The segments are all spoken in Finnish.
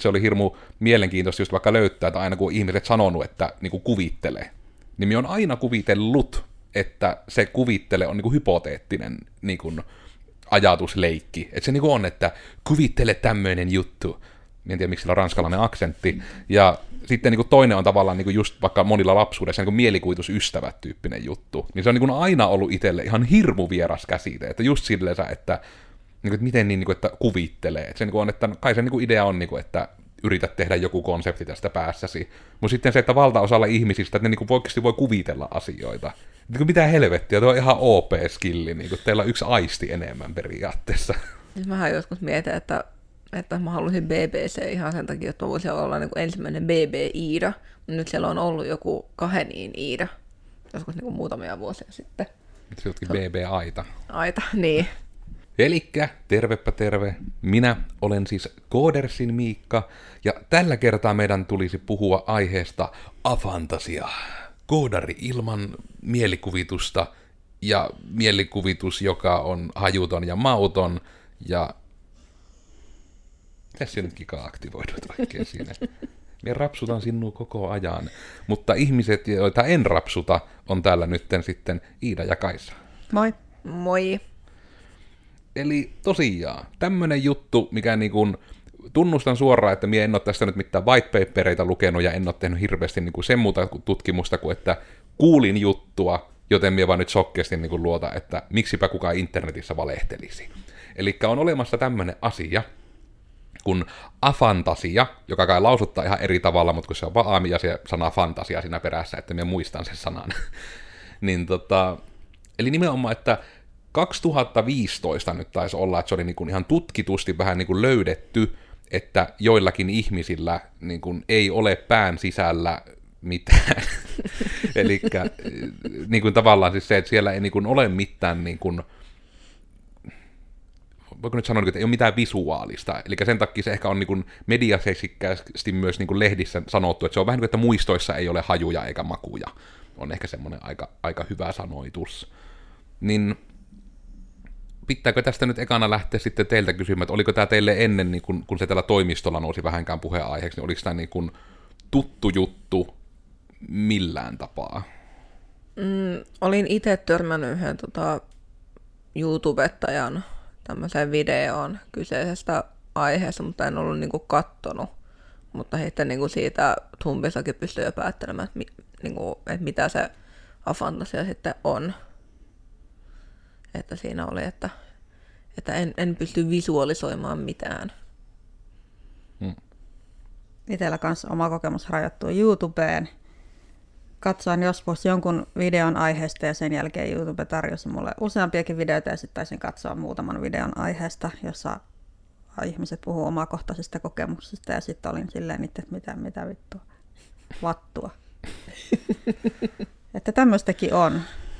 se oli hirmu mielenkiintoista just vaikka löytää, että aina kun ihmiset sanonut, että niin kuin kuvittelee, niin minä on aina kuvitellut, että se kuvittele on niin kuin hypoteettinen niin kuin ajatusleikki. Että se niin kuin on, että kuvittele tämmöinen juttu. En tiedä, miksi sillä on ranskalainen aksentti. Ja sitten niin kuin toinen on tavallaan niin kuin just vaikka monilla lapsuudessa niin kuin mielikuvitusystävät tyyppinen juttu. Niin se on niin kuin aina ollut itselle ihan hirmu vieras käsite. Että just silleen, että, niin kuin, että miten niin kuin, että kuvittelee. Että se niin kuin on, että kai se niin kuin idea on, niin kuin, että yrität tehdä joku konsepti tästä päässäsi. Mutta sitten se, että valtaosalla ihmisistä, että ne niin kuin oikeasti voi kuvitella asioita. Niin kuin mitä helvettiä, tuo on ihan OP-skilli. Niin kuin teillä on yksi aisti enemmän periaatteessa. Mähän joskus mietin, että mä halusin BBC ihan sen takia, että mä voisin olla niin kuin ensimmäinen BB-Iida. Nyt siellä on ollut joku 2 Iida, joskus niin kuin muutamia vuosia sitten. Se onkin BB-aita. Aita, niin. Elikkä, tervepä terve, minä olen siis Koodersin Miikka, ja tällä kertaa meidän tulisi puhua aiheesta afantasia. Koodari ilman mielikuvitusta, ja mielikuvitus, joka on hajuton ja mauton, ja tässä nyt kika aktivoidut oikein siinä. Minä rapsutan sinua koko ajan, mutta ihmiset, joita en rapsuta, on täällä nytten sitten Iida ja Kaisa. Moi. Moi. Eli tosiaan, tämmönen juttu, mikä niin kuin, tunnustan suoraan, että minä en ole tästä nyt mitään whitepapereita lukenut ja en ole tehnyt hirveästi niin kuin sen muuta tutkimusta kuin, että kuulin juttua, joten minä vaan nyt sokkeasti niin kuin luota, että miksipä kukaan internetissä valehtelisi. Eli on olemassa tämmöinen asia, kun afantasia, joka kai lausuttaa ihan eri tavalla, mutta kun se on vaan aami ja se sana fantasia siinä perässä, että minä muistan sen sanan. Niin eli nimenomaan, että 2015 nyt taisi olla, että se oli niin kuin ihan tutkitusti vähän niin kuin löydetty, että joillakin ihmisillä niin kuin ei ole pään sisällä mitään. Eli niin kuin tavallaan siis se, että siellä ei niin kuin ole mitään, niin kuin, voiko nyt sanoa, että ei ole mitään visuaalista. Eli sen takia se ehkä on niin kuin mediaseksikkäästi myös niin kuin lehdissä sanottu, että se on vähän niin kuin, että muistoissa ei ole hajuja eikä makuja. On ehkä semmoinen aika hyvä sanoitus. Niin pitääkö tästä nyt ekana lähteä sitten teiltä kysymään, että oliko tämä teille ennen, niin kun se täällä toimistolla nousi vähänkään puheenaiheeksi, niin oliko tämä niin kuin tuttu juttu millään tapaa? Olin itse törmännyt yhden YouTubettajan tämmöiseen videoon kyseisestä aiheesta, mutta en ollut niinku kattonut. Mutta sitten niinku siitä Tumbisakin pystyi jo päättelemään, että mitä se afantasia sitten on. Että siinä oli, että en pysty visualisoimaan mitään. Itsellä kanssa oma kokemus rajattuu YouTubeen. Katsoin joskus jonkun videon aiheesta ja sen jälkeen YouTube tarjosi mulle useampiakin videoita ja sitten taisin katsoa muutaman videon aiheesta, jossa ihmiset puhuu omakohtaisista kokemuksista ja sitten olin silleen itse, että mitä vittua, vattua. Että tämmöistäkin on.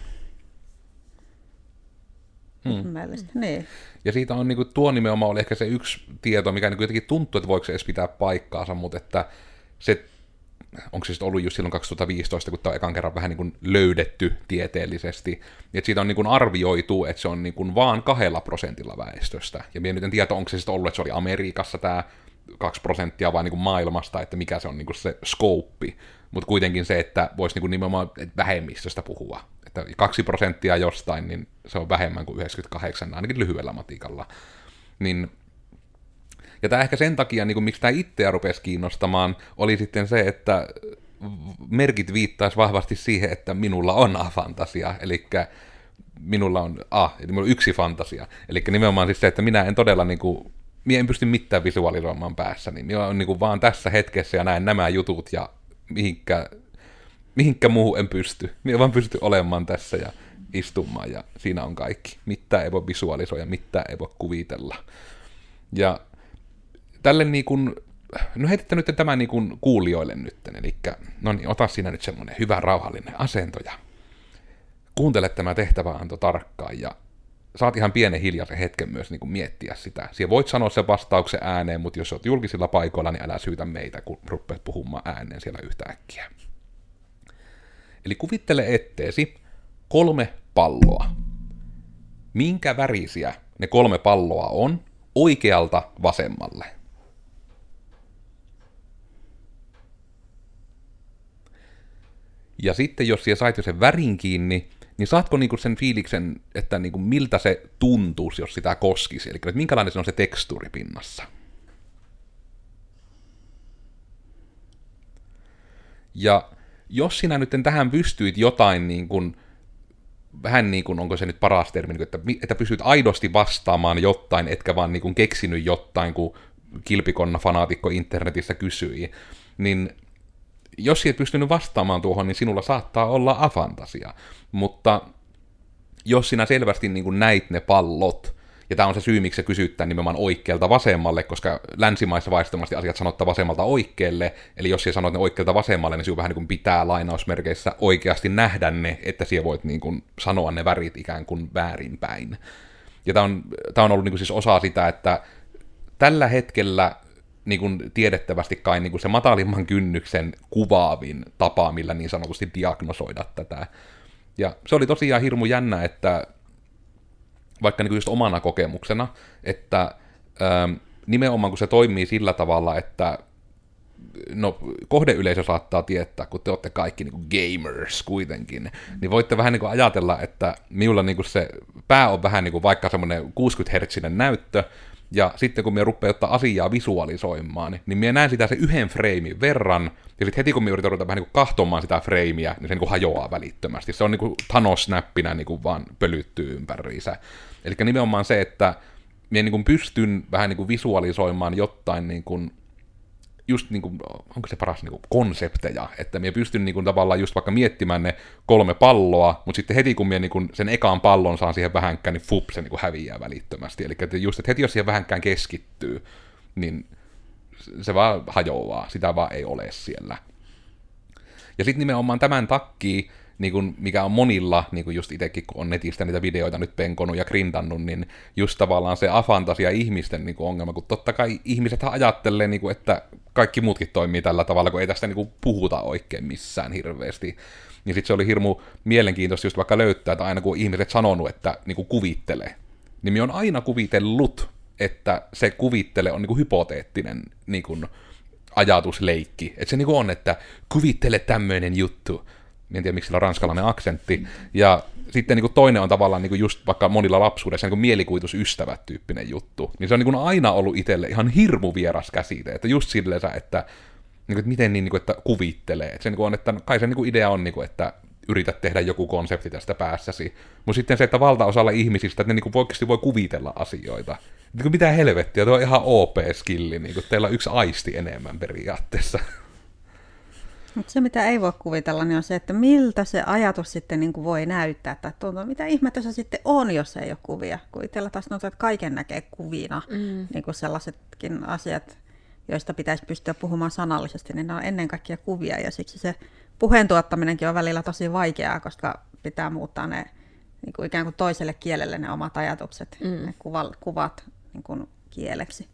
Niin. Ja siitä on niin kuin, tuo nimenomaan oli ehkä se yksi tieto, mikä niin kuin, jotenkin tuntuu, että voiko se edes pitää paikkaansa, mutta että se, onko se sitten ollut just silloin 2015, kun tämä on ekan kerran vähän niin kuin löydetty tieteellisesti, että siitä on niin kuin arvioitu, että se on niin kuin vaan 2% väestöstä. Ja minä nyt en tiedä, onko se sitten ollut, että se oli Amerikassa tämä 2% vai niin kuin maailmasta, että mikä se on niin kuin se skouppi. Mutta kuitenkin se, että voisi niin kuin nimenomaan vähemmistöstä puhua. Että 2% jostain, niin se on vähemmän kuin 98, ainakin lyhyellä matikalla. Niin, ja tämä ehkä sen takia, niin kuin, miksi tämä itseä rupesi kiinnostamaan, oli sitten se, että merkit viittaisi vahvasti siihen, että minulla on afantasia, eli minulla on yksi fantasia. Eli nimenomaan siis se, että minä en todella, niin kuin, minä en pysty mitään visualisoimaan päässä, niin minä olen niin kuin, vaan tässä hetkessä ja näen nämä jutut ja mihinkä muuhun en pysty. Minä vaan pysty olemaan tässä ja istumaan ja siinä on kaikki. Mitään ei voi visualisoida, mitään ei voi kuvitella. Ja tälle niin kuin, no heititte nyt tämän niin kuin kuulijoille nyt, eli no niin, ota siinä nyt semmoinen hyvä rauhallinen asento ja kuuntele tämä tehtäväanto tarkkaan ja saat ihan pienen hiljaisen hetken myös niin kuin miettiä sitä. Siellä voit sanoa sen vastauksen ääneen, mutta jos olet julkisilla paikoilla, niin älä syytä meitä, kun rupeat puhumaan ääneen siellä yhtäkkiä. Eli kuvittele etteesi 3 palloa. Minkä värisiä ne 3 palloa on oikealta vasemmalle? Ja sitten jos siellä sait jo sen värin kiinni, niin saatko niinku sen fiiliksen, että niinku miltä se tuntuisi, jos sitä koskisi? Eli että minkälainen se on se tekstuuri pinnassa? Ja jos sinä nyt tähän pystyit jotain, niin kuin, vähän niin kuin, onko se nyt paras termi, että pystyt aidosti vastaamaan jotain, etkä vaan niin kuin keksinyt jotain, kun kilpikonna-fanaatikko internetissä kysyi, niin jos sinä et pystynyt vastaamaan tuohon, niin sinulla saattaa olla afantasia. Mutta jos sinä selvästi niin kuin näit ne pallot, ja tämä on se syy, miksi se kysyttää nimenomaan oikealta vasemmalle, koska länsimaissa vaihtoehtoisesti asiat sanottaa vasemmalta oikealle, eli jos sinä sanot ne oikealta vasemmalle, niin sinun vähän niin kuin pitää lainausmerkeissä oikeasti nähdä ne, että sinä voit niin kuin sanoa ne värit ikään kuin väärinpäin. Ja tämä on ollut niin kuin siis osa sitä, että tällä hetkellä niin kuin tiedettävästi kai niin kuin se matalimman kynnyksen kuvaavin tapa, millä niin sanotusti diagnosoida tätä. Ja se oli tosiaan hirmu jännä, että vaikka niin kuin just omana kokemuksena, että nimenomaan kun se toimii sillä tavalla, että no kohdeyleisö saattaa tietää, kun te olette kaikki niin kuin gamers kuitenkin, niin voitte vähän niin kuin ajatella, että minulla niin kuin se pää on vähän niin kuin vaikka semmoinen 60 Hz näyttö, ja sitten kun minä rupean ottaa asiaa visualisoimaan, niin minä näen sitä se yhden freimin verran, ja sitten heti kun minä yritän ruveta vähän niin kuin kahtomaan sitä freimiä, niin se niin kuin hajoaa välittömästi. Se on niin kuin Thanos-näppinä niin kuin vaan pölyttyy ympäriinsä. Eli nimenomaan se, että minä niin kuin pystyn vähän niin kuin visualisoimaan jotain, niin kuin, just niin kuin, onko se paras niin kuin konsepteja, että minä pystyn niin kuin tavallaan just vaikka miettimään ne 3 palloa, mutta sitten heti kun minä niin kuin sen ekaan pallon saan siihen vähänkään, niin fup, se niin kuin häviää välittömästi. Eli just, että heti jos siihen vähänkään keskittyy, niin se vaan hajoaa, sitä vaan ei ole siellä. Ja sitten nimenomaan tämän takia, niin kun, mikä on monilla, niin kuin just itsekin, kun on netistä niitä videoita nyt penkonut ja grindannut, niin just tavallaan se afantasia ihmisten niin kuin ongelma, kun totta kai ihmisethän ajattelee, niin kuin, että kaikki muutkin toimii tällä tavalla, kun ei tästä niin kuin puhuta oikein missään hirveästi. Niin sitten se oli hirmu mielenkiintoista just vaikka löytää, että aina kun ihmiset sanonut, että niin kuin kuvittele, niin minä on aina kuvitellut, että se kuvittele on niin kuin hypoteettinen niin kuin ajatusleikki. Että se niin kuin on, että kuvittele tämmöinen juttu. En tiedä, miksi sillä on ranskalainen aksentti. Ja sitten niin kuin toinen on tavallaan niin kuin just vaikka monilla lapsuudessa niin kuin mielikuvitusystävät tyyppinen juttu. Niin se on niin kuin aina ollut itselle ihan hirmu vieras käsite. Että just silleen, että, niin kuin, että miten niin kuin, että kuvittelee. Että, se, niin kuin on, että kai se niin kuin idea on, niin kuin, että yrität tehdä joku konsepti tästä päässäsi. Mutta sitten se, että valtaosalla ihmisistä, että ne niin oikeasti voi kuvitella asioita. Niin mitä helvettiä, tuo on ihan OP-skilli, niin teillä on yksi aisti enemmän periaatteessa. Mutta se, mitä ei voi kuvitella, niin on se, että miltä se ajatus sitten niin kuin voi näyttää. Tai tuntuu, mitä ihmettä se sitten on, jos ei ole kuvia. Kun itsellä taas tuntuu, että kaiken näkee kuvina. Niin kuin sellaisetkin asiat, joista pitäisi pystyä puhumaan sanallisesti, niin ne on ennen kaikkea kuvia. Ja siksi se puheen tuottaminenkin on välillä tosi vaikeaa, koska pitää muuttaa ne niin kuin ikään kuin toiselle kielelle ne omat ajatukset, ne kuvat niin kuin kieleksi.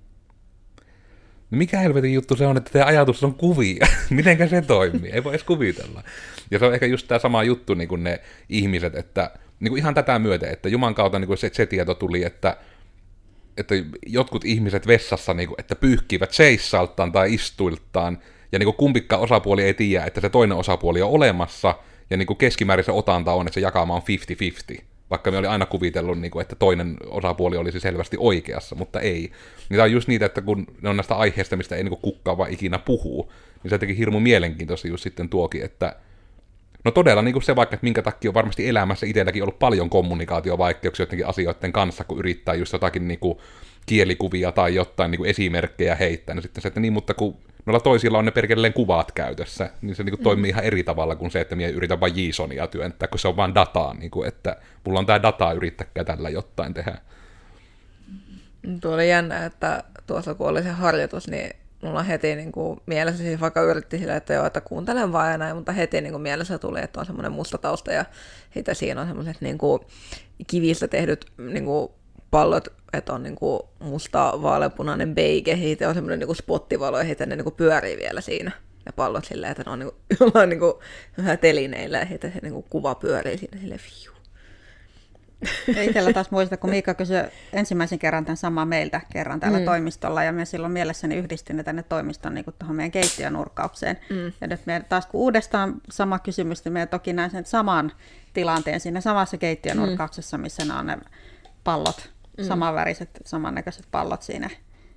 No mikä helvetin juttu se on, että teidän ajatus on kuvia? Mitenkä se toimii? Ei voi edes kuvitella. Ja se on ehkä just tämä sama juttu, niin kuin ne ihmiset, että niin kuin ihan tätä myöten, että Juman kautta niin kuin se tieto tuli, että jotkut ihmiset vessassa, niin kuin, että pyyhkivät seissaltaan tai istuiltaan, ja niin kuin kumpikkaan osapuoli ei tiedä, että se toinen osapuoli on olemassa, ja niin kuin keskimäärin se otanta on, että se jakauma on 50-50. Vaikka me oli aina kuvitellut, että toinen osapuoli olisi selvästi oikeassa, mutta ei. Niin tämä on just niitä, että kun ne on näistä aiheista, mistä ei kukaan vaan ikinä puhuu, niin se teki hirmu mielenkiintoista just sitten tuokin, että no todella niin kuin se vaikka, että minkä takia on varmasti elämässä itselläkin ollut paljon kommunikaatiovaikeuksia jotenkin asioiden kanssa, kun yrittää just jotakin niin kuin kielikuvia tai jotain niin kuin esimerkkejä heittää, niin sitten se, että niin, mutta kun noilla toisilla on ne perkelleen kuvat käytössä, niin se niin kuin toimii ihan eri tavalla kuin se, että minä yritän vain JSONia työntää, kun se on vaan dataa, niin kuin, että mulla on tämä data, yrittäkää tällä jotain tehdä. Tuo oli jännä, että tuossa kun oli se harjoitus, niin mulla heti niin kuin mielessä, siis vaikka yritti sillä, että joo, että kuuntelen vaan ja näin, mutta heti niin kuin mielessä tuli, että on semmoinen musta tausta ja sitten siinä on semmoiset niin kuin kivistä tehdyt niin kuin pallot, että on niin kuin musta vaaleanpunainen beige, ja on semmoinen niin kuin spottivalo, ja ne niin kuin pyörii vielä siinä, ne pallot silleen, että ne on niin kuin, jollain niin kuin telineillä, ja se niin kuin kuva pyörii siinä silleen, fiu. Ja itsellä taas muistan, kun Miikka kysyi ensimmäisen kerran tämän samaa meiltä kerran täällä toimistolla, ja me silloin mielessäni yhdistin ne tänne toimiston niin tuohon meidän keittiönurkkaukseen. Ja nyt me taas kun uudestaan sama kysymys, niin me toki näin sen saman tilanteen siinä samassa keittiönurkkauksessa, missä nämä on ne pallot, samanväriset, samannäköiset pallot siinä.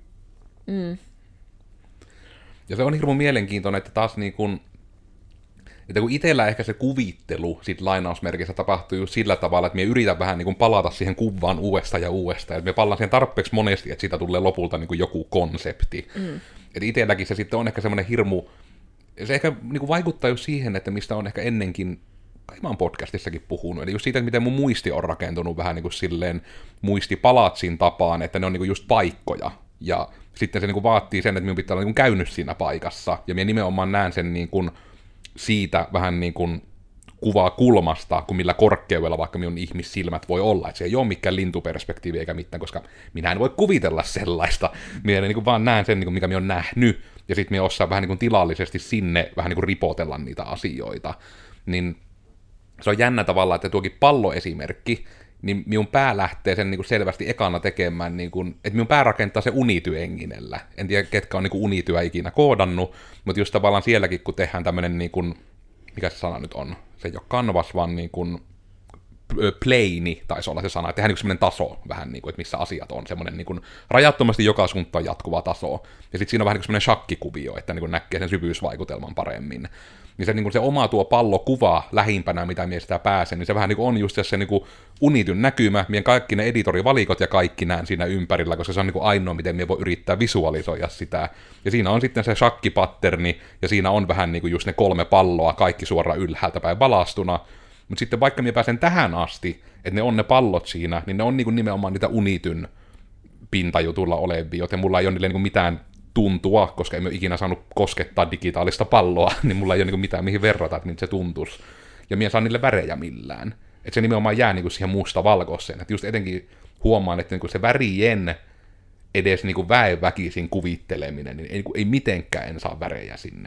Ja se on hirveän mielenkiintoinen, että taas niin kuin, että kun itsellä ehkä se kuvittelu sit lainausmerkissä tapahtuu just sillä tavalla, että me yritän vähän niin kuin palata siihen kuvaan uudestaan ja uudestaan, että me palaan siihen tarpeeksi monesti, että siitä tulee lopulta niin kuin joku konsepti. Että itselläkin se sitten on ehkä semmoinen hirmu, se ehkä niin kuin vaikuttaa just siihen, että mistä on ehkä ennenkin, kai mä oon podcastissakin puhunut, eli just siitä, että miten mun muisti on rakentunut vähän niin kuin silleen muistipalatsin tapaan, että ne on niin kuin just paikkoja, ja sitten se niin kuin vaatii sen, että minun pitää olla niin kuin käynyt siinä paikassa, ja minä nimenomaan näen sen niin kuin siitä vähän niin kuin kuvaa kulmasta, kuin millä korkeudella vaikka minun ihmissilmät voi olla. Että se ei ole mikään lintuperspektiivi eikä mitään, koska minä en voi kuvitella sellaista. Minä niin kuin vaan näen sen, niin kuin mikä minä olen nähnyt, ja sitten minä osaan vähän niin kuin tilallisesti sinne vähän niin kuin ripotella niitä asioita. Niin se on jännä tavalla, että tuokin palloesimerkki, niin minun pää lähtee sen niin kuin selvästi ekana tekemään, niin kuin, että minun pää rakentaa se Unityö-enginellä. En tiedä, ketkä on niin kuin Unityä ikinä koodannut, mutta just tavallaan sielläkin, kun tehdään tämmöinen, niin kuin, mikä se sana nyt on? Se ei ole canvas, vaan niin kuin plane taisi olla se sana, että tehdään niin semmoinen taso vähän, niin kuin, että missä asiat on, semmoinen niin kuin rajattomasti joka suuntaan jatkuva taso. Ja sitten siinä on vähän niin kuin semmoinen shakkikuvio, että niin kuin näkee sen syvyysvaikutelman paremmin. Niin se, niin kuin se oma tuo pallokuva lähimpänä, mitä mies sitä pääsee, niin se vähän niin kuin on just se niin kuin Unityn näkymä, mien kaikki ne editorivalikot ja kaikki näen siinä ympärillä, koska se on niin kuin ainoa, miten mie voi yrittää visualisoida sitä. Ja siinä on sitten se shakkipatterni, ja siinä on vähän niin kuin just ne 3 palloa, kaikki suoraan ylhäältä päin valastuna. Mutta sitten vaikka minä pääsen tähän asti, että ne on ne pallot siinä, niin ne on niin kuin nimenomaan niitä Unityn pintajutulla olevia, joten mulla ei ole niille niin kuin mitään tuntua, koska en ole ikinä saanut koskettaa digitaalista palloa, niin mulla ei ole niin kuin mitään mihin verrata, että miltä se tuntuisi. Ja minä en saa niille värejä millään. Että se nimenomaan jää niin kuin siihen musta-valkoiseen. Että just etenkin huomaan, että niin kuin se värien edes niin kuin väenväkisin kuvitteleminen, niin ei mitenkään en saa värejä sinne.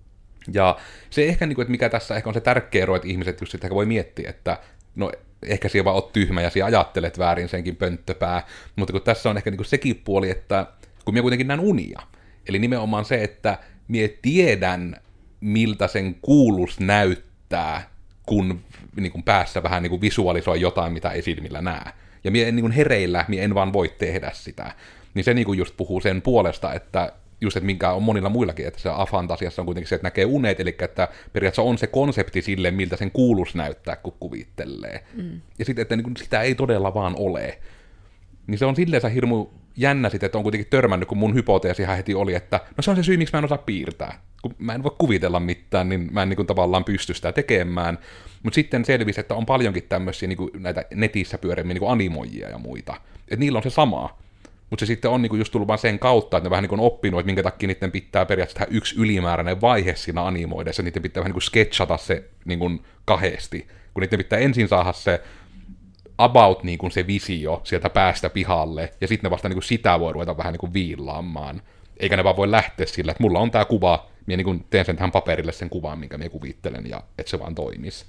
Ja se ehkä, niin kuin, että mikä tässä ehkä on se tärkeä ero, että ihmiset just sitten voi miettiä, että no ehkä siellä vaan oot tyhmä ja siellä ajattelet väärin senkin pönttöpää, mutta kun tässä on ehkä niin kuin sekin puoli, että kun minä kuitenkin näen unia, eli nimenomaan se, että minä tiedän, miltä sen kuulus näyttää, kun niin kuin päässä vähän niin kuin visualisoi jotain, mitä ei silmillä näe. Ja minä en niin kuin hereillä, minä en vaan voi tehdä sitä. Niin se niin kuin just puhuu sen puolesta, että just, että minkä on monilla muillakin, että se afantasiassa on kuitenkin se, että näkee unet, eli että periaatteessa on se konsepti sille, miltä sen kuulus näyttää, kun kuvittelee. Ja sitten, että niin kuin sitä ei todella vaan ole. Niin se on silleen hirmu jännä sitten, että on kuitenkin törmännyt, kun mun hypoteesihan heti oli, että no se on se syy, miksi mä en osaa piirtää. Kun mä en voi kuvitella mitään, niin mä en niin kuin tavallaan pysty sitä tekemään. Mutta sitten selvisi, että on paljonkin tämmöisiä niin kuin näitä netissä pyörimmin niin kuin animoijia ja muita. Että niillä on se sama. Mutta se sitten on niinku just tullut vaan sen kautta, että ne vähän niinku on oppinut, että minkä takia niiden pitää periaatteessa tehdä yksi ylimääräinen vaihe siinä animoidessa, niiden pitää vähän niinku sketchata se niinku kahdesti. Kun niiden pitää ensin saada se about niinku se visio sieltä päästä pihalle, ja sitten ne vasta niinku sitä voi ruveta vähän niinku viillaamaan. Eikä ne vaan voi lähteä sillä, että mulla on tää kuva, minä niinku teen sen tähän paperille sen kuvan, minkä minä kuvittelen, ja että se vaan toimisi.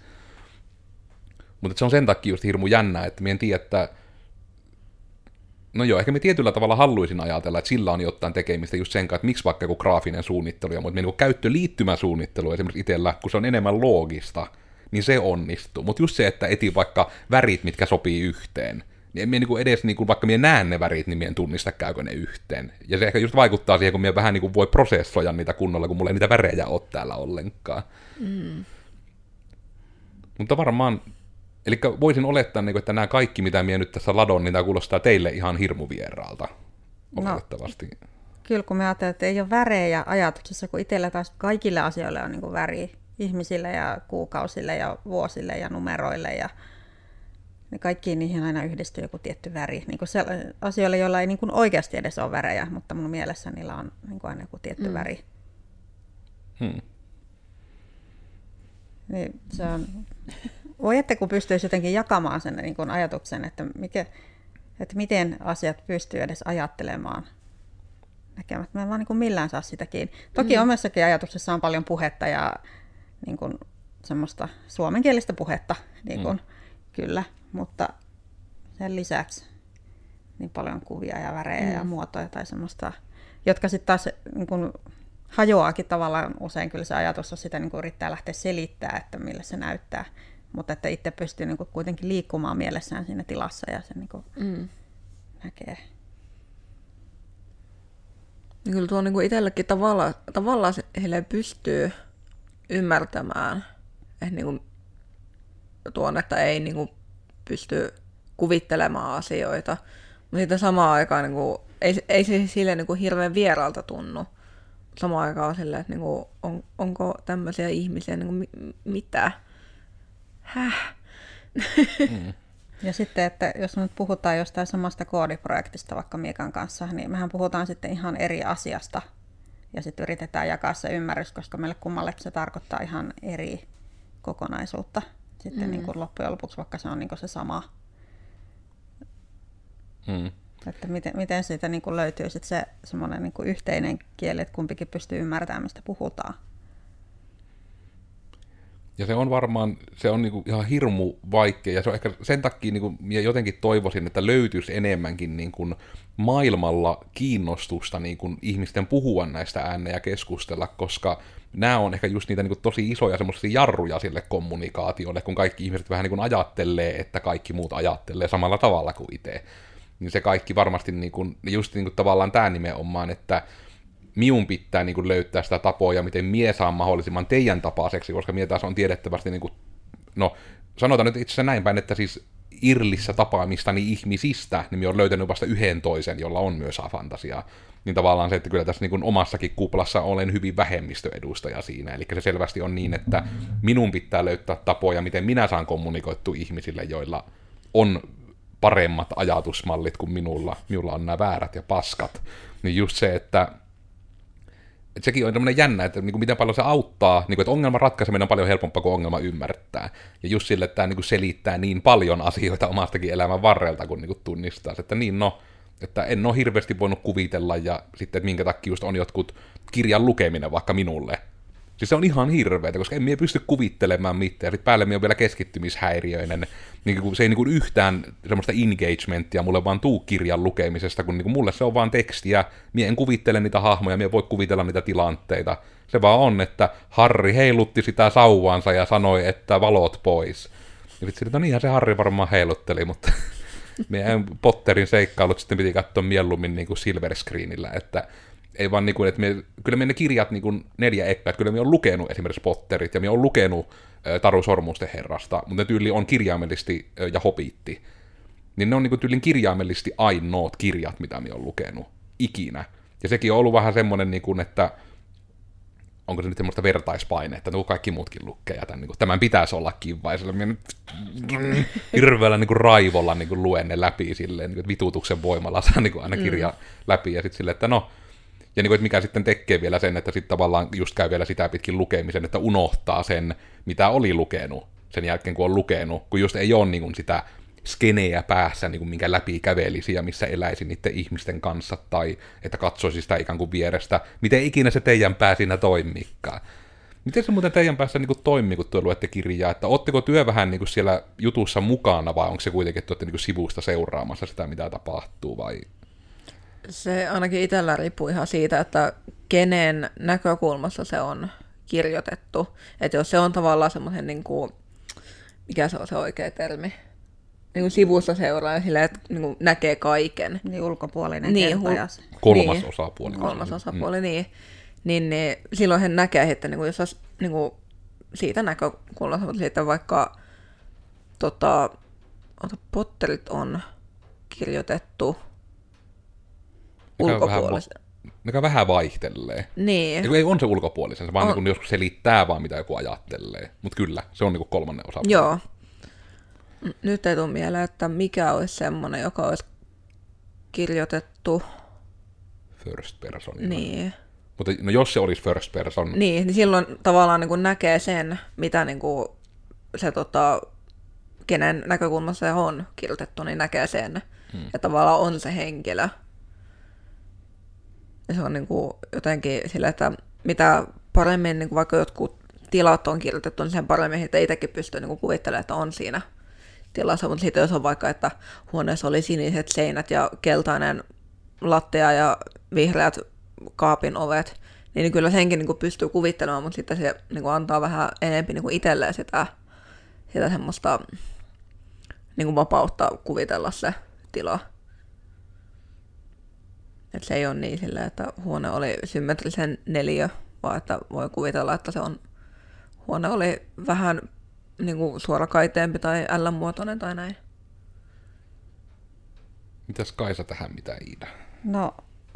Mutta se on sen takia just hirmu jännää, että minä en tiedä, että no joo, ehkä me tietyllä tavalla haluaisin ajatella, että sillä on jotain tekemistä just sen kanssa, että miksi vaikka joku graafinen suunnittelu ja niin käyttöliittymäsuunnittelu esimerkiksi itsellä, kun se on enemmän loogista, niin se onnistuu. Mutta just se, että etin vaikka värit, mitkä sopii yhteen, niin en niin edes, niin vaikka minä näen ne värit, niin minä en tunnista, käykö ne yhteen. Ja se ehkä just vaikuttaa siihen, kun minä vähän niin voi prosessoida niitä kunnolla, kun mulla ei niitä värejä ole täällä ollenkaan. Mutta varmaan eli voisin olettaa, että nämä kaikki, mitä minä nyt tässä ladon, niin tämä kuulostaa teille ihan hirmuvieraalta, oletettavasti. No, kyllä, kun me ajattelen, että ei ole värejä ajatuksessa, kun itsellä taas kaikille asioille on niin väri. Ihmisille ja kuukausille ja vuosille ja numeroille. Ja kaikkiin niihin aina yhdistyy joku tietty väri. Niin kuin asioille, joilla ei niin kuin oikeasti edes ole värejä, mutta mun mielestä niillä on niin kuin aina joku tietty väri. Niin se on... Voi että kun pystyisi jotenkin jakamaan sen niin kuin ajatuksen, että miten asiat pystyy edes ajattelemaan näkemättä. Mä vaan niin kuin millään saa sitä kiinni. Toki omassakin ajatuksessa on paljon puhetta ja niin kuin semmoista suomenkielistä puhetta, niin kuin, kyllä. Mutta sen lisäksi niin paljon kuvia ja värejä ja muotoja tai semmoista, jotka sitten taas niin kun hajoaakin tavallaan usein kyllä se ajatus on sitä niin kun yrittää lähteä selittämään, että millä se näyttää, mutta että itse pystyy niin kun kuitenkin liikkumaan mielessään siinä tilassa ja se niin kun näkee. Ja kyllä tuo niin itsellekin tavallaan heille pystyy ymmärtämään, että niin tuon, että ei niin kuin pysty kuvittelemaan asioita, mutta sitten samaan aikaan niin kuin, ei se sille niin kuin hirveän vieraalta tunnu. Samaan aikaan silleen, että niin kuin, onko tämmöisiä ihmisiä, niin kuin, mitä? Häh? Ja sitten, että jos nyt puhutaan jostain samasta koodiprojektista vaikka Miikan kanssa, niin mehän puhutaan sitten ihan eri asiasta. Ja sitten yritetään jakaa se ymmärrys, koska meille kummalle se tarkoittaa ihan eri kokonaisuutta. Sitten niin kuin loppujen lopuksi, vaikka se on niin kuin se sama. Että miten siitä niin kuin löytyy sitten se semmoinen niin kuin yhteinen kieli, että kumpikin pystyy ymmärtämään, mistä puhutaan. Ja se on varmaan, se on niinku ihan hirmu vaikea, ja se on ehkä sen takia niinku, minä jotenkin toivoisin, että löytyisi enemmänkin niinku maailmalla kiinnostusta niinku ihmisten puhua näistä ääneen ja keskustella, koska nämä on ehkä just niitä niinku tosi isoja semmoisia jarruja sille kommunikaatiolle, kun kaikki ihmiset vähän niinku ajattelee, että kaikki muut ajattelee samalla tavalla kuin itse. Niin se kaikki varmasti niinku, just niinku tavallaan tämä nimenomaan, että minun pitää niin kuin löytää sitä tapoja, miten mie saan mahdollisimman teidän tapaiseksi, koska mie taas on tiedettävästi, niin kuin, no sanotaan nyt itse asiassa näin päin, että siis Irlissä tapaamistani ihmisistä, niin minä olen löytänyt vasta yhden toisen, jolla on myös fantasiaa. Niin tavallaan se, että kyllä tässä niin kuin omassakin kuplassa olen hyvin vähemmistöedustaja siinä, eli se selvästi on niin, että minun pitää löytää tapoja, miten minä saan kommunikoittua ihmisille, joilla on paremmat ajatusmallit kuin minulla on nämä väärät ja paskat. Niin just se, että sekin on tämmöinen jännä, että niin kuin miten paljon se auttaa, niin kuin, että ongelman ratkaiseminen on paljon helpompaa kuin ongelma ymmärtää. Ja just sille, että tämä niin kuin selittää niin paljon asioita omastakin elämän varrelta, kun niin kuin tunnistaa, että niin no, että en ole hirveästi voinut kuvitella, ja sitten, että minkä takia just on jotkut kirjan lukeminen vaikka minulle. Siis se on ihan hirveätä, koska en minä pysty kuvittelemaan mitään, ja sitten päälle minä on vielä keskittymishäiriöinen, niin kuin se ei niin kuin yhtään semmoista engagementtia mulle vaan tuu kirjan lukemisesta, kun niin kuin mulle se on vaan tekstiä, minä en kuvittele niitä hahmoja, minä voi kuvitella niitä tilanteita. Se vaan on, että Harry heilutti sitä sauvaansa ja sanoi, että valot pois. Ja vitsi, no niinhän se Harry varmaan heilutteli, mutta meidän Potterin seikkailut sitten piti katsoa mieluummin niin kuin silver screenillä, että ei vaan niinku, että kyllä me ne kirjat niinku 4 ekkaa, että kyllä me on lukenut esimerkiksi Potterit, ja me on lukenut Taru Sormusten herrasta, mutta ne tyyli on kirjaimellisesti ja Hobitti. Niin ne on niinku tyylin kirjaimellisesti ainoat kirjat, mitä me on lukenut ikinä. Ja sekin on ollut vähän semmoinen, niinku, että onko se nyt semmoista vertaispainetta, että kaikki muutkin lukee, ja tämän pitäisi olla kiva, ja sillä minä nyt hirveällä niinku raivolla niinku luen ne läpi silleen, niinku, että vitutuksen voimalla saa niinku aina kirja läpi, ja sitten silleen, että no, ja niin kuin, että mikä sitten tekee vielä sen, että sitten tavallaan just käy vielä sitä pitkin lukemisen, että unohtaa sen, mitä oli lukenut sen jälkeen, kun on lukenut, kun just ei ole niin kuin sitä skeneä päässä, niin kuin minkä läpi kävelisi ja missä eläisi niiden ihmisten kanssa, tai että katsoisi sitä ikään kuin vierestä. Miten ikinä se teidän pää siinä toimikaan? Miten se muuten teidän päässä niin kuin toimii, kun tuo luette kirjaa? Että ootteko työ vähän niin kuin siellä jutussa mukana, vai onko se kuitenkin, että olette niin kuin sivusta seuraamassa sitä, mitä tapahtuu, vai? Se ainakin itsellä riippuu ihan siitä, että kenen näkökulmassa se on kirjoitettu. Että jos se on tavallaan semmoinen, niin kuin, mikä se on se oikea termi, niin kuin sivusta seuraa silleen, että niin kuin näkee kaiken. Niin ulkopuolinen kertojas. Kolmas osapuoli. Kolmas osapuoli, niin silloin hän näkee, että niin kuin, jos olisi niin kuin, siitä näkökulmasta, siitä vaikka Potterit on kirjoitettu ulkopuolisen. Ne vähän vaihtelee. Niin. Ei on se ulkopuolisen, se vaan niin joskus selittää vaan, mitä joku ajattelee. Mutta kyllä, se on niin kuin kolmannen osapuoli. Joo. Nyt ei tule mieleen, että mikä olisi semmoinen, joka olisi kirjoitettu first personilla. Niin. Mutta no jos se olisi first person. Niin silloin tavallaan niin kuin näkee sen, mitä niin kuin se kenen näkökulmassa se on kirjoitettu, niin näkee sen. Ja tavallaan on se henkilö. Ja se on niin kuin jotenkin sillä, että mitä paremmin niin kuin vaikka jotkut tilat on kirjoitettu, niin sen paremmin, että itsekin pystyy niin kuin kuvittelemaan, että on siinä tilassa, mutta sitten jos on vaikka, että huoneessa oli siniset seinät ja keltainen lattia ja vihreät kaapin ovet, niin kyllä senkin niin kuin pystyy kuvittelemaan, mutta sitten se niin kuin antaa vähän enemmän niin kuin itselleen sitä semmoista niin kuin vapautta kuvitella se tila. Että se ei ole niin silleen, että huone oli symmetrisen neliö, vaan että voi kuvitella, että huone oli vähän niin kuin suorakaiteempi tai L-muotoinen tai näin. Mitäs Kaisa tähän, mitä Iida? No,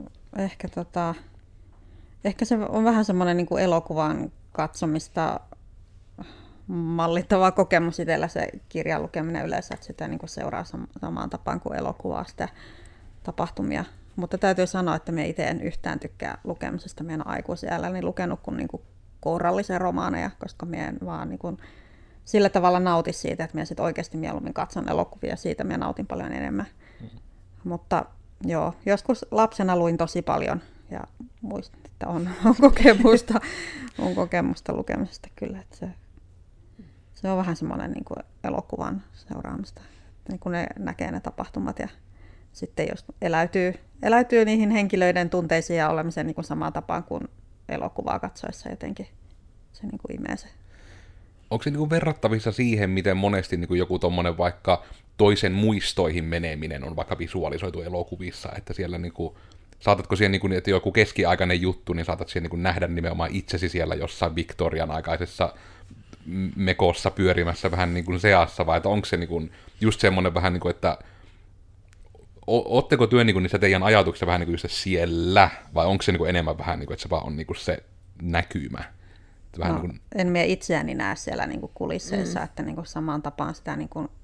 ehkä se on vähän semmoinen niin kuin elokuvan katsomista mallittava kokemus itsellä se kirjan lukeminen yleensä, että sitä niin kuin seuraa samaan tapaan kuin elokuvaa sitä tapahtumia. Mutta täytyy sanoa, että me itse en yhtään tykkää lukemisesta. Minä en ole aikuisiälläni lukenut kuin niinku kourallisia romaaneja, koska minä en vaan niinku sillä tavalla nauti siitä, että minä sitten oikeasti mieluummin katson elokuvia. Siitä minä nautin paljon enemmän. Mutta joo, joskus lapsena luin tosi paljon ja muistan, että on kokemusta lukemisesta kyllä. Että se on vähän semmoinen niinku elokuvan seuraamista, niin kun ne näkee ne tapahtumat ja sitten jos eläytyy niihin henkilöiden tunteisiin ja olemisen niin kuin samaan tapaan kuin elokuvaa katsoessa jotenkin, se niin kuin imee se. Onko se niin kuin verrattavissa siihen, miten monesti niin kuin joku tommonen vaikka toisen muistoihin meneminen on vaikka visualisoitu elokuvissa, että siellä niin kuin, saatatko siihen, niin kuin, että joku keskiaikainen juttu, niin saatat siihen niin kuin nähdä nimenomaan itsesi siellä jossain Victorian aikaisessa mekossa pyörimässä vähän niin kuin seassa, vai että onko se niin kuin just semmoinen vähän niin kuin, että ootteko työ niin niissä teidän ajatuksissa vähän niin kuin just siellä, vai onko se niin kuin enemmän vähän niin kuin, että se vaan on niin kuin se näkymä? Vähän no, niin kuin... En minä itseäni näe siellä niin kuin kulisseissa, että niin kuin samaan tapaan sitä niin kuin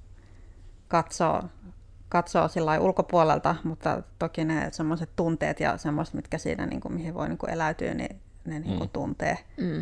katsoo sillä ulkopuolelta, mutta toki ne semmoiset tunteet ja semmoiset, mitkä siinä, niin kuin, mihin voi niin kuin eläytyä, niin ne niin kuin tuntee.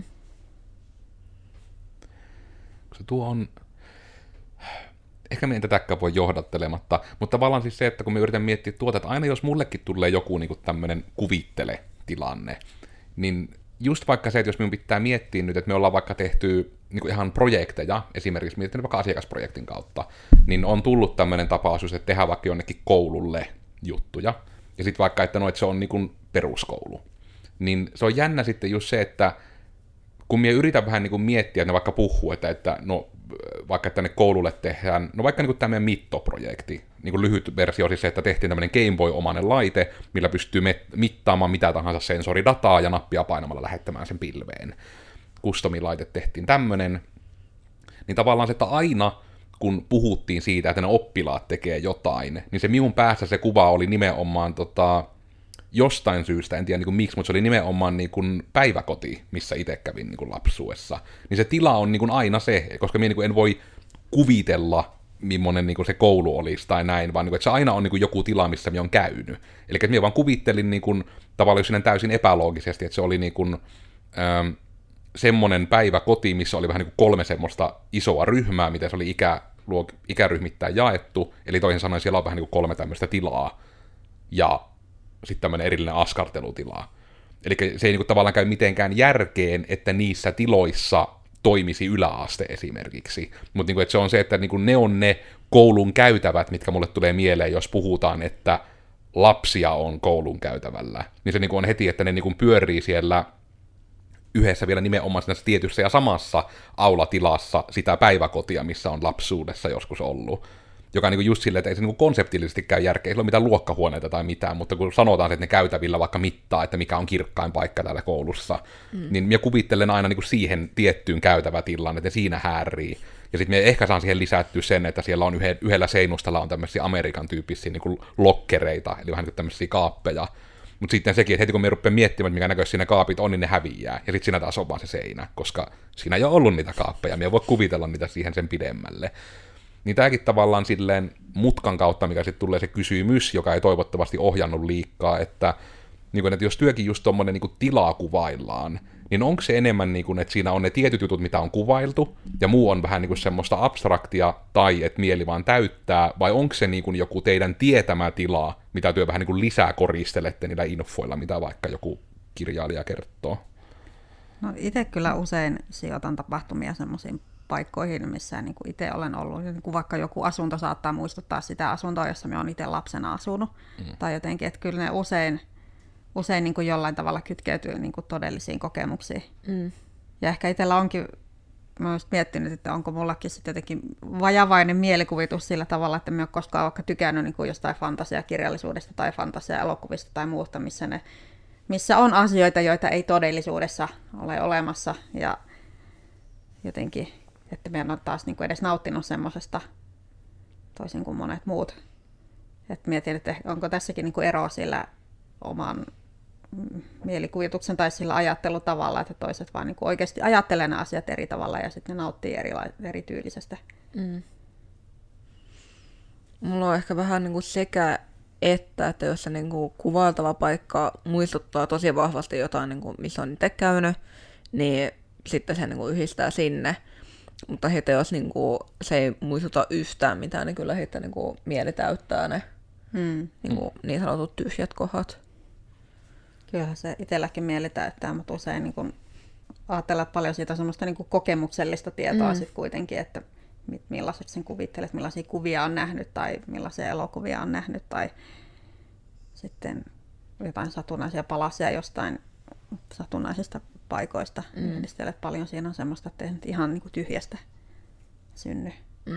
Se tuo on... Ehkä me ei tätäkään voi johdattelematta, mutta tavallaan siis se, että kun me yritän miettiä tuota, että aina jos mullekin tulee joku niin kuin tämmöinen kuvittele-tilanne, niin just vaikka se, että jos minun pitää miettiä nyt, että me ollaan vaikka tehty niin kuin ihan projekteja, esimerkiksi miettinyt vaikka asiakasprojektin kautta, niin on tullut tämmöinen tapaus, että tehdään vaikka jonnekin koululle juttuja, ja sitten vaikka, että, no, että se on niin kuin peruskoulu, niin se on jännä sitten just se, että kun minä yritän vähän niin kuin miettiä, että ne vaikka puhuu, että no vaikka tänne koululle tehdään, no vaikka niin tämmöinen mittoprojekti, niin kuin lyhyt versio siis se, että tehtiin tämmöinen Game Boy-omainen laite, millä pystyy mittaamaan mitä tahansa sensoridataa ja nappia painamalla lähettämään sen pilveen. Custom-laite tehtiin tämmöinen, niin tavallaan se, että aina kun puhuttiin siitä, että ne oppilaat tekee jotain, niin se minun päässä se kuva oli nimenomaan jostain syystä, en tiedä niin kuin miksi, mutta se oli nimenomaan niin kuin päiväkoti, missä itse kävin niin kuin lapsuessa. Niin se tila on niin kuin aina se, koska minä niin kuin en voi kuvitella, millainen niin kuin se koulu olisi tai näin, vaan niin kuin, että se aina on niin kuin joku tila, missä minä olen käynyt. Eli minä vaan kuvittelin niin kuin, tavallaan täysin epäloogisesti, että se oli niin kuin, semmoinen päiväkoti, missä oli vähän niin kuin 3 semmoista isoa ryhmää, miten se oli ikäryhmittäin jaettu, eli toisin sanoen siellä on vähän niin kuin 3 tämmöistä tilaa, ja sitten tämmöinen erillinen askartelutila. Eli se ei niinku tavallaan käy mitenkään järkeen, että niissä tiloissa toimisi yläaste esimerkiksi. Mutta niinku, se on se, että niinku ne on ne koulun käytävät, mitkä mulle tulee mieleen, jos puhutaan, että lapsia on koulun käytävällä. Niin se niinku on heti, että ne niinku pyörii siellä yhdessä vielä nimenomaan siinä tietyssä ja samassa aulatilassa sitä päiväkotia, missä on lapsuudessa joskus ollut. Joka on niin just silleen, että ei se niin konseptillisesti käy järkeä, ei ole mitään luokkahuoneita tai mitään, mutta kun sanotaan, että ne käytävillä vaikka mittaa, että mikä on kirkkain paikka täällä koulussa, niin minä kuvittelen aina niin siihen tiettyyn käytävätilaan, että ne siinä häärii. Ja sitten minä ehkä saan siihen lisättyä sen, että siellä on yhdellä seinustalla on tämmöisiä Amerikan tyyppisiä niin lokkereita, eli vähän niin kuin tämmöisiä kaappeja. Mutta sitten sekin, että heti kun me rupeaa miettimään, mikä näköisiä siinä kaapit on, niin ne häviää. Ja sitten siinä taas on vaan se seinä, koska siinä ei ole ollut niitä kaappeja, minä voi kuvitella niitä siihen sen pidemmälle. Niin tämäkin tavallaan silleen mutkan kautta, mikä sitten tulee se kysymys, joka ei toivottavasti ohjannut liikaa, että, niin kun, että jos työkin just tommoinen niin tilaa kuvaillaan, niin onko se enemmän, niin kun, että siinä on ne tietyt jutut, mitä on kuvailtu, ja muu on vähän niin kuin semmoista abstraktia, tai että mieli vaan täyttää, vai onko se niin kun joku teidän tietämä tila, mitä työ vähän niin kuin lisää koristelette niillä infoilla, mitä vaikka joku kirjailija kertoo? No itse kyllä usein sijoitan tapahtumia semmoisiin paikkoihin, missä niin kuin itse olen ollut. Niin kuin vaikka joku asunto saattaa muistuttaa sitä asuntoa, jossa me olen itse lapsena asunut. Tai jotenkin, että kyllä ne usein niin kuin jollain tavalla kytkeytyy niin kuin todellisiin kokemuksiin. Ja ehkä itsellä onkin, mä olen miettinyt, että onko mullakin sitten jotenkin vajavainen mielikuvitus sillä tavalla, että mä en ole koskaan vaikka tykännyt niin kuin jostain fantasiakirjallisuudesta tai fantasiaelokuvista tai muusta, missä on asioita, joita ei todellisuudessa ole olemassa. Ja jotenkin, että mä en ole taas niin kuin edes nauttinut semmoisesta toisin kuin monet muut. Et mietin, että onko tässäkin niin kuin eroa sillä oman mielikuvituksen tai sillä ajattelutavalla, että toiset vaan niin kuin oikeasti ajattelee nämä asiat eri tavalla ja sitten ne nauttii erityylisestä. Mulla on ehkä vähän niin kuin sekä että jos se niin kuin kuvailtava paikka muistuttaa tosi vahvasti jotain, niin kuin, missä on itse käynyt, niin sitten se niin kuin yhdistää sinne. Mutta sitten jos niin kuin, se ei muistuta yhtään mitään, niin kyllä sitten niin kuin, mieli täyttää ne niin sanotut tyhjät kohdat. Kyllähän se itselläkin mieli täyttää, mutta usein niin kun ajatellaan paljon siitä semmoista niin kun kokemuksellista tietoa sit kuitenkin, että millaiseksi sen kuvittelet, millaisia kuvia on nähnyt tai millaisia elokuvia on nähnyt tai sitten jotain satunnaisia palasia jostain satunnaisista paikoista. Yhdistelet paljon, siinä on semmoista, että ei nyt ihan niin kuin tyhjästä synny.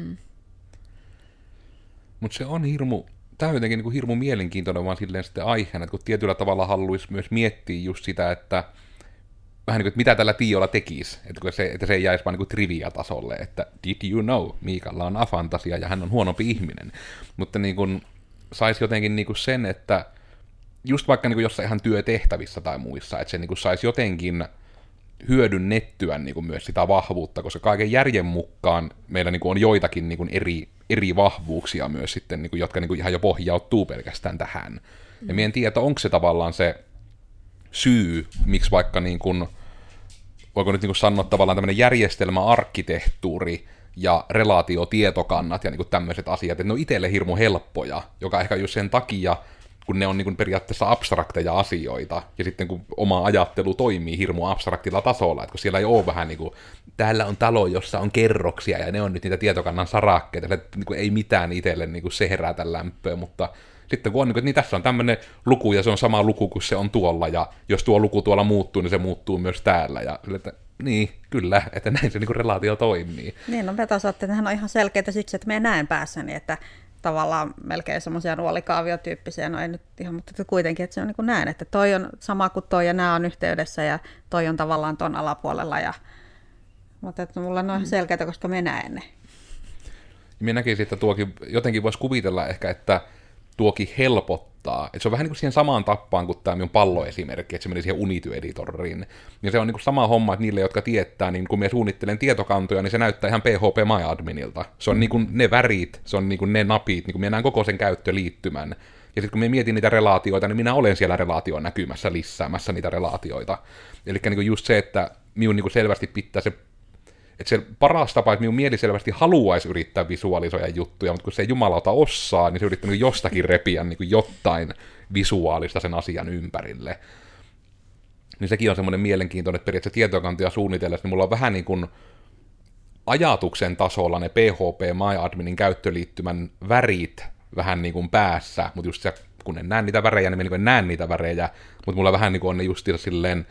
Mutta se on tämä on jotenkin niin hirmu mielenkiintoinen vaan silleen sitten aiheena, että kun tietyllä tavalla haluaisi myös miettiä just sitä, että vähän niin kuin, että mitä tällä Tiolla tekisi, että se ei jäisi vaan niin kuin trivia-tasolle, että did you know, Miikalla on afantasia ja hän on huonompi ihminen, mutta niin kuin saisi jotenkin niin kuin sen, että just vaikka niin kuin jossain ihan työtehtävissä tai muissa, että se niin kuin saisi jotenkin hyödynnettyä niin kuin myös sitä vahvuutta, koska kaiken järjen mukaan meillä niin kuin on joitakin niin kuin eri vahvuuksia myös sitten, niin kuin, jotka niin kuin ihan jo pohjautuu pelkästään tähän. Ja minä en tiedä, onko se tavallaan se syy, miksi vaikka niin kuin, voiko nyt niin kuin sanoa tavallaan tämmöinen järjestelmäarkkitehtuuri ja relaatiotietokannat ja niin kuin tämmöiset asiat, että ne on itselle hirmu helppoja, joka ehkä just sen takia, kun ne on niin kuin periaatteessa abstrakteja asioita, ja sitten kun oma ajattelu toimii hirmu abstraktilla tasolla, että kun siellä ei ole vähän niin kuin, täällä on talo, jossa on kerroksia, ja ne on nyt niitä tietokannan sarakkeita, että niin kuin ei mitään itselle niin kuin se herätä lämpöä, mutta sitten kun on, niin tässä on tämmöinen luku, ja se on sama luku kuin se on tuolla, ja jos tuo luku tuolla muuttuu, niin se muuttuu myös täällä, ja että niin, kyllä, että näin se niin kuin relaatio toimii. Niin, no metasaatte, nehän on ihan selkeitä siksi, että me näen päässäni, että tavallaan melkein semmoisia nuolikaavio-tyyppisiä, no ei nyt ihan, mutta kuitenkin, että se on niin kuin näin, että toi on sama kuin toi ja nämä on yhteydessä ja toi on tavallaan ton alapuolella, mutta että mulla on ihan selkeitä, koska me näen ne. Minä näkisin, että tuokin jotenkin voisi kuvitella ehkä, että tuokin helpottaa. Että se on vähän niin kuin siihen samaan tappaan kuin tämä minun palloesimerkki, että se meni siihen Unity-editoriin. Ja se on niin kuin sama homma, että niille, jotka tietää, niin kun minä suunnittelen tietokantoja, niin se näyttää ihan PHP MyAdminilta. Se on niin kuin ne värit, se on niin kuin ne napit, niin kuin minä näen koko sen käyttöliittymän. Ja sitten kun minä mietin niitä relaatioita, niin minä olen siellä relaation näkymässä lisäämässä niitä relaatioita. Eli niin kuin just se, että minun niin kuin selvästi pitää se, että se paras tapa, että minun mieli selvästi haluaisi yrittää visualisoida juttuja, mutta kun se ei jumalauta osaa, niin se yrittää niin jostakin repiä niin kuin jotain visuaalista sen asian ympärille. Niin sekin on semmoinen mielenkiintoinen, että periaatteessa tietokantoja suunnitellessa, niin mulla on vähän niin kuin ajatuksen tasolla ne PHP MyAdminin käyttöliittymän värit vähän niin kuin päässä, mutta just se, kun en näe niitä värejä, niin en näe niitä värejä, mutta mulla vähän niin kuin on ne just silleen,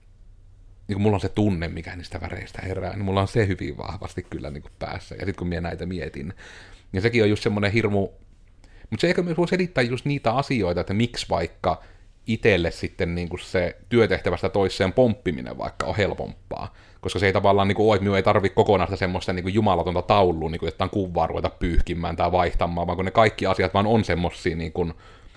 niin kun mulla on se tunne, mikä niistä väreistä herää, niin mulla on se hyvin vahvasti kyllä niin kuin päässä. Ja sitten kun minä näitä mietin. Ja sekin on just semmoinen hirmu. Mutta se ehkä myös voi selittää just niitä asioita, että miksi vaikka itselle sitten niin kuin se työtehtävästä toiseen pomppiminen vaikka on helpompaa. Koska se ei tavallaan niin kuin ole, että minun ei tarvitse kokonaista semmoista niin kuin jumalatonta taulua, niin kuin jotain kuvaa ruveta pyyhkimään tai vaihtamaan, vaan kun ne kaikki asiat vaan on semmosia niin kuin,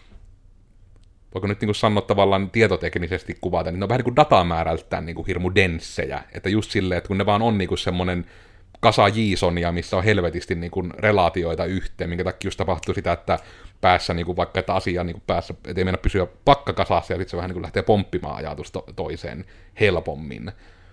voiko nyt niin kuin sanoa tavallaan tietoteknisesti kuvata, niin ne on vähän niin kuin datamäärältään niin kuin hirmu denssejä, että just silleen, että kun ne vaan on niin kuin semmoinen kasa JSONia, missä on helvetisti niin kuin relaatioita yhteen, minkä takia just tapahtuu sitä, että päässä niin kuin vaikka, että asia niin kuin päässä, ettei mennä pysyä pakkakasassa, ja sitten se vähän niin kuin lähtee pomppimaan ajatus toiseen helpommin.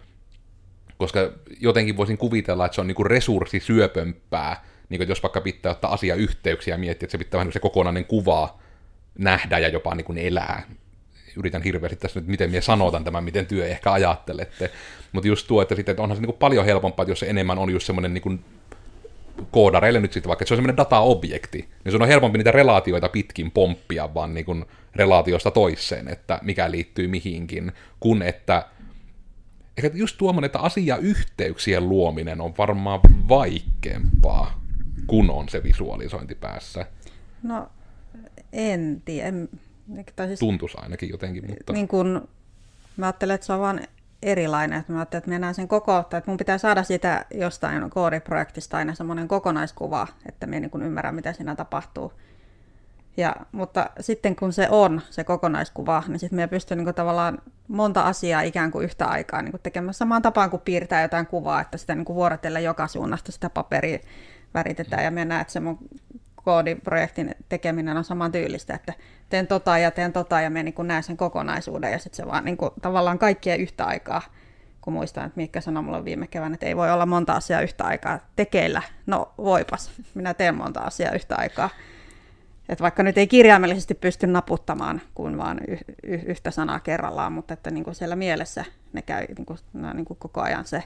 Koska jotenkin voisin kuvitella, että se on niin kuin resurssisyöpömpää, niin kuin jos vaikka pitää ottaa asiayhteyksiä ja miettiä, että se pitää vähän niin kuin se kokonainen kuva nähdä ja jopa niin kuin elää. yritän hirveästi tässä nyt, miten minä sanotan tämän, miten työ ehkä ajattelette. Mutta just tuo, että onhan se niinku paljon helpompaa, että jos se enemmän on just semmoinen niinku koodareille nyt sitten vaikka, että se on semmoinen dataobjekti, niin se on helpompi niitä relaatioita pitkin pomppia vaan niin kuin relaatiosta toiseen, että mikä liittyy mihinkin, kun että ehkä just tuommoinen, että asiayhteyksien luominen on varmaan vaikeampaa, kun on se visualisointi päässä. No, en tiedä. Siis, tuntuisi ainakin jotenkin, mutta niin kun, mä ajattelen, että se on vaan erilainen. Että mä ajattelen, että mä näen sen koko, että mun pitää saada siitä jostain koodiprojektista aina semmoinen kokonaiskuva, että mä niin kun ymmärrän, mitä siinä tapahtuu. Mutta sitten kun se on se kokonaiskuva, niin sitten me pystyy niin tavallaan monta asiaa ikään kuin yhtä aikaa niin tekemään samaan tapaan kuin piirtää jotain kuvaa, että sitä niin vuorotellen joka suunnasta sitä paperia väritetään ja me näen, että se mun koodiprojektin tekeminen on saman tyylistä, että teen tota ja me niin näen sen kokonaisuuden ja sitten se vaan niin tavallaan kaikkea yhtä aikaa, kun muistan, että Miikka sanoi mulle viime keväänä, että ei voi olla monta asiaa yhtä aikaa tekeillä. No voipas, minä teen monta asiaa yhtä aikaa. Että vaikka nyt ei kirjaimellisesti pysty naputtamaan kuin vaan yhtä sanaa kerrallaan, mutta että niin kuin siellä mielessä ne käy niin kuin koko ajan se,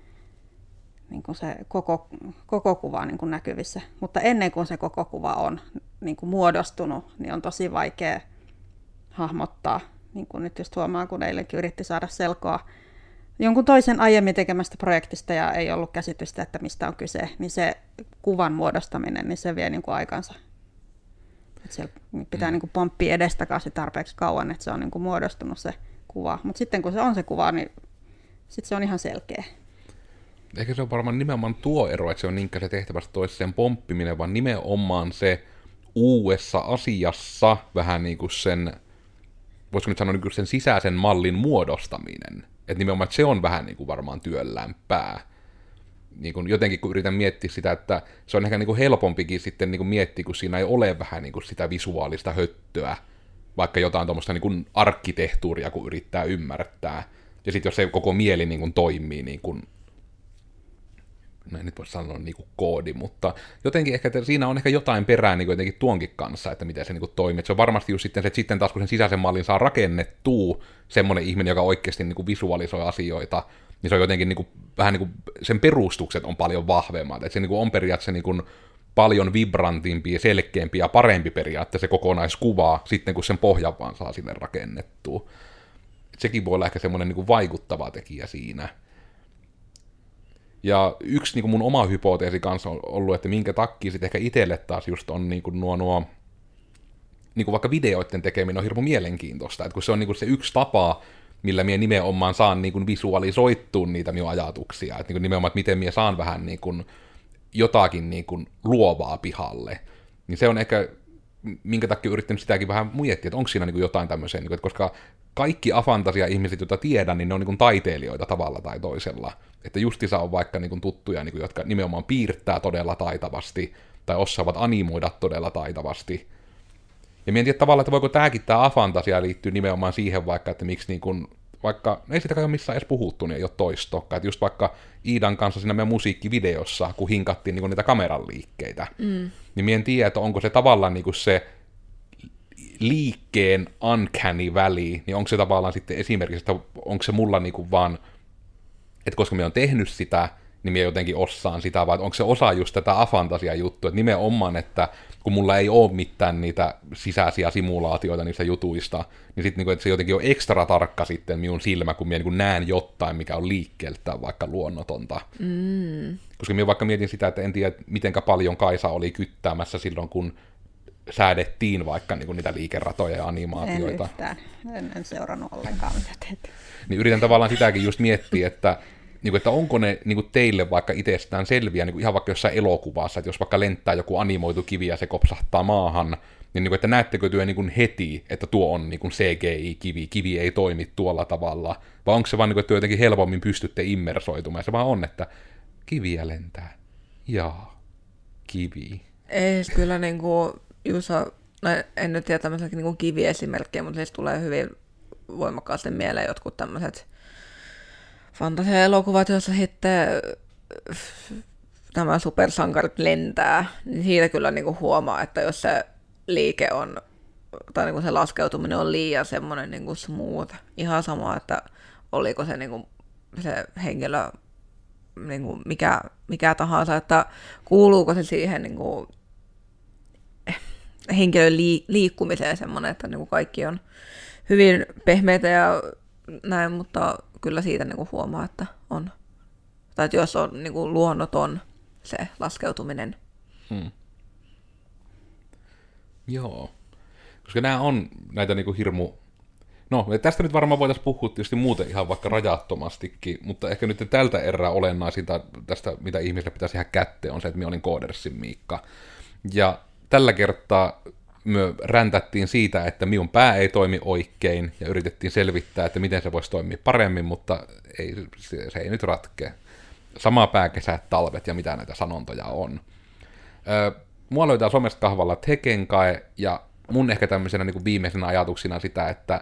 niin kuin se koko kuva niin kuin näkyvissä. Mutta ennen kuin se koko kuva on niin kuin muodostunut, niin on tosi vaikea hahmottaa. Niin kuin nyt just huomaan, kun eilenkin yritti saada selkoa jonkun toisen aiemmin tekemästä projektista ja ei ollut käsitystä, että mistä on kyse, niin se kuvan muodostaminen, niin se vie niin kuin aikansa. Että siellä pitää niin kuin pomppia edestakaisin tarpeeksi kauan, että se on niin kuin muodostunut se kuva. Mutta sitten kun se on se kuva, niin sitten se on ihan selkeä. Eikä se ole varmaan nimenomaan tuo ero, että se on niinkään se tehtävästä toiseen pomppiminen, vaan nimenomaan se uudessa asiassa vähän niin kuin sen, voisiko nyt sanoa niin kuin sen sisäisen mallin muodostaminen. Että nimenomaan että se on vähän niin kuin varmaan työllämpää. Niin kuin jotenkin kun yritän miettiä sitä, että se on ehkä niin kuin helpompikin sitten niin kuin miettiä, kun siinä ei ole vähän niin kuin sitä visuaalista höttöä, vaikka jotain tuommoista niin kuin arkkitehtuuria, kun yrittää ymmärtää. Ja sitten jos se koko mieli niin kuin toimii niin kuin, no en nyt voi sanoa niin kuin koodi, mutta jotenkin ehkä siinä on ehkä jotain perää niin kuin jotenkin tuonkin kanssa, että miten se niin kuin toimii. Että se on varmasti just sitten se, että sitten taas kun sen sisäisen mallin saa rakennettua semmoinen ihminen, joka oikeasti niin kuin visualisoi asioita, niin se on jotenkin niin kuin, vähän niin kuin sen perustukset on paljon vahvemmat. Että se niin kuin on periaatteessa niin kuin paljon vibrantimpi, selkeämpi ja parempi periaatteessa se kokonaiskuva sitten, kun sen pohjan vaan saa sille rakennettua. Et sekin voi olla ehkä semmoinen niin kuin vaikuttava tekijä siinä. Ja yksi niin kuin mun oma hypoteesi kanssa on ollut, että minkä takia sitten ehkä itselle taas just on niin kuin nuo niin kuin vaikka videoiden tekeminen on hirveän mielenkiintoista. Että kun se on niin kuin se yksi tapa, millä minä nimenomaan saan niin kuin visualisoittua niitä minun ajatuksia. Että niin kuin nimenomaan, että miten minä saan vähän niin kuin jotakin niin kuin luovaa pihalle. Niin se on ehkä, minkä takia yrittänyt sitäkin vähän miettiä, että onko siinä niin kuin jotain tämmöisiä, niin kuin, että koska kaikki afantasia-ihmiset, joita tiedän, niin ne on niin kuin taiteilijoita tavalla tai toisella. Että justiinsa on vaikka niin kuin tuttuja, niin kuin, jotka nimenomaan piirtää todella taitavasti, tai osaavat animoida todella taitavasti. Ja mietin, että tavallaan, että voiko tämäkin tämä afantasia liittyy nimenomaan siihen vaikka, että miksi niin kuin, vaikka, ei sitä kai ole missään edes puhuttu, niin ei ole toistokkaan. Että just vaikka Iidan kanssa siinä meidän musiikkivideossa, kun hinkattiin niin kuin niitä kameran liikkeitä, niin mie en tiedä, että onko se tavallaan niin kuin se liikkeen uncanny väli, niin onko se tavallaan sitten esimerkiksi, että onko se mulla niin kuin vaan, että koska minä olen tehnyt sitä, niin minä jotenkin osaan sitä, vai onko se osa just tätä afantasia-juttua, että nimenomaan, että kun mulla ei ole mitään niitä sisäisiä simulaatioita niistä jutuista, niin sitten niin se jotenkin on ekstra tarkka sitten minun silmä, kun minä niin näen jotain, mikä on liikkeeltään vaikka luonnotonta. Koska minä vaikka mietin sitä, että en tiedä, mitenkä paljon Kaisa oli kyttäämässä silloin, kun säädettiin vaikka niin niitä liikeratoja ja animaatioita. En yhtään. En seurannut ollenkaan, mitä teet. Niin yritän tavallaan sitäkin just miettiä, että onko ne teille vaikka itsestään selviä ihan vaikka jossain elokuvassa, että jos vaikka lentää joku animoitu kivi ja se kopsahtaa maahan, niin että näettekö työ heti, että tuo on CGI-kivi, kivi ei toimi tuolla tavalla, vai onko se vaan, että jotenkin helpommin pystytte immersoitumaan, se vaan on, että kiviä lentää, jaa, kivi. Ei, kyllä Juuso, no en nyt tiedä tämmöisiä kiviesimerkkejä, mutta siis tulee hyvin voimakkaasti mieleen jotkut tämmöiset fantasia-elokuvat, joissa sitten nämä supersankarit lentää, niin siitä kyllä huomaa, että jos se liike on tai niin kuin se laskeutuminen on liian semmoinen niin kuin smooth. Ihan sama, että oliko se, niin kuin, se henkilö niin kuin mikä tahansa, että kuuluuko se siihen niin kuin, henkilön liikkumiseen semmoinen, että niin kuin kaikki on hyvin pehmeitä ja näin, mutta kyllä siitä niin kuin huomaa, että on. Tai että jos on niin kuin luonnoton se laskeutuminen. Joo. Koska nämä on näitä niinku hirmu... No, tästä nyt varmaan voitaisiin puhua tietysti muuten ihan vaikka rajattomastikin, mutta ehkä nyt tältä erää olennaisinta tästä, mitä ihmisille pitäisi ihan kätteen, on se, että minä olin Koodersin Miikka. Ja tällä kertaa me räntättiin siitä, että minun pää ei toimi oikein, ja yritettiin selvittää, että miten se voisi toimia paremmin, mutta se ei nyt ratkea. Sama pää, kesät, talvet ja mitä näitä sanontoja on. Mua löytää somesta kahvalla Tekenkae, ja mun ehkä tämmöisenä niin kuin viimeisenä ajatuksina sitä, että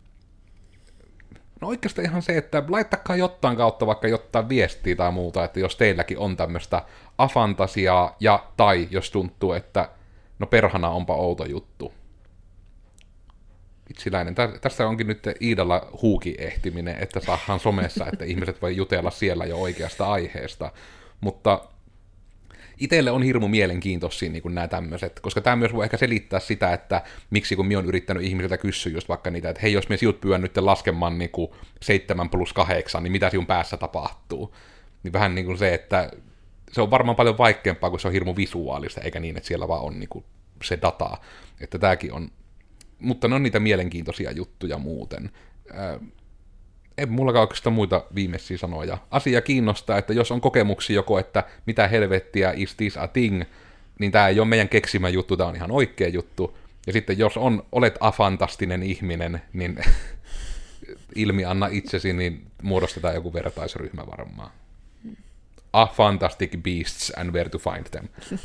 no oikeastaan ihan se, että laittakaa jotain kautta vaikka jotain viestiä tai muuta, että jos teilläkin on tämmöistä afantasiaa, ja tai jos tuntuu, että no perhana onpa outo juttu. Itsiläinen. Tässä onkin nyt Iidalla huuki-ehtiminen, että saadaan somessa, että ihmiset voi jutella siellä jo oikeasta aiheesta, mutta itselle on hirmu mielenkiintoisia niin nämä tämmöiset, koska tämä myös voi ehkä selittää sitä, että miksi kun minä olen yrittänyt ihmisiltä kysyä just vaikka niitä, että hei, jos me sinut pyydän nyt laskemaan niin 7+8, niin mitä sinun päässä tapahtuu? Niin vähän niin kuin se, että se on varmaan paljon vaikeampaa, kun se on hirmu visuaalista, eikä niin, että siellä vaan on niin kuin se data. Että tämäkin on, mutta ne on niitä mielenkiintoisia juttuja muuten. Ei mullakaan oikeastaan muita viimeisiä sanoja. Asia kiinnostaa, että jos on kokemuksia joko, että mitä helvettiä is this a thing, niin tämä ei ole meidän keksimä juttu, tämä on ihan oikea juttu. Ja sitten jos olet afantastinen ihminen, niin anna itsesi, niin muodostetaan joku vertaisryhmä varmaan. A fantastic beasts and where to find them.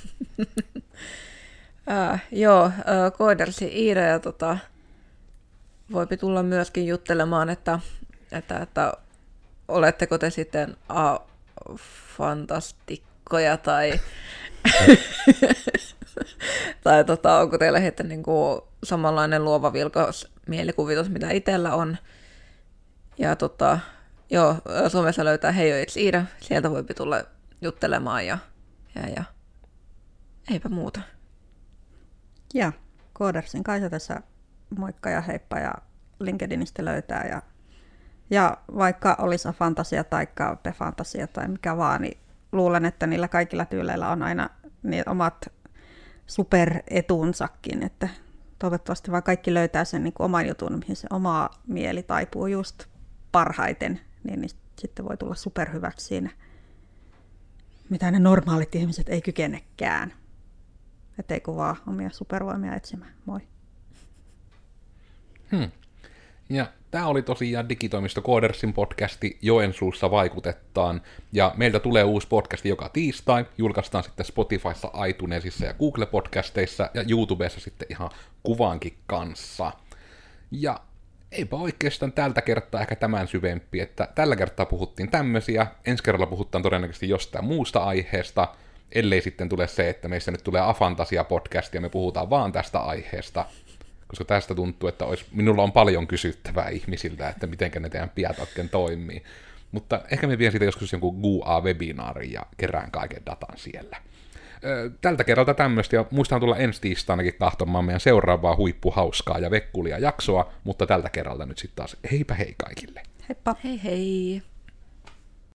Koodersi Iida ja voipi tulla myöskin juttelemaan, että oletteko te sitten fantastikkoja tai tai onko teillä sitten niinku samanlainen luova vilkas mielikuvitus, mitä itsellä on. Ja somessa löytää Hei It's Iida, sieltä voipi tulla juttelemaan ja eipä muuta. Ja Koodersin Kaisa tässä moikka ja heippa ja LinkedInistä löytää ja vaikka olisi fantasia tai fantasia tai mikä vaan, niin luulen, että niillä kaikilla tyyleillä on aina niin omat superetunsakin, että toivottavasti vaan kaikki löytää sen niin kuin oman jutun, mihin se oma mieli taipuu just parhaiten, niin sitten voi tulla superhyväksi siinä, mitä ne normaalit ihmiset ei kykenekään. Ettei kun vaan omia supervoimia etsimään. Moi. Ja tämä oli tosiaan Digitoimisto Koodersin podcasti Joensuussa vaikutettaan. Ja meiltä tulee uusi podcasti joka tiistai. Julkaistaan sitten Spotifyssa, iTunesissa ja Google-podcasteissa ja YouTubessa sitten ihan kuvankin kanssa. Ja eipä oikeastaan tältä kertaa ehkä tämän syvempi, että tällä kertaa puhuttiin tämmöisiä. Ensi kerralla puhutaan todennäköisesti jostain muusta aiheesta, ellei sitten tule se, että meissä nyt tulee Afantasia-podcast ja me puhutaan vaan tästä aiheesta. Koska tästä tuntuu, että minulla on paljon kysyttävää ihmisiltä, että miten ne teidän piat oikein toimii. Mutta ehkä me vien siitä joskus jonkun GUA-webinaarin ja kerään kaiken datan siellä. Tältä kerralta tämmöistä, ja muistan tulla ensi tiistainakin kahtomaan meidän seuraavaa huippuhauskaa ja vekkulia jaksoa, mutta tältä kerralta nyt sitten taas heipä hei kaikille. Heippa. Hei hei.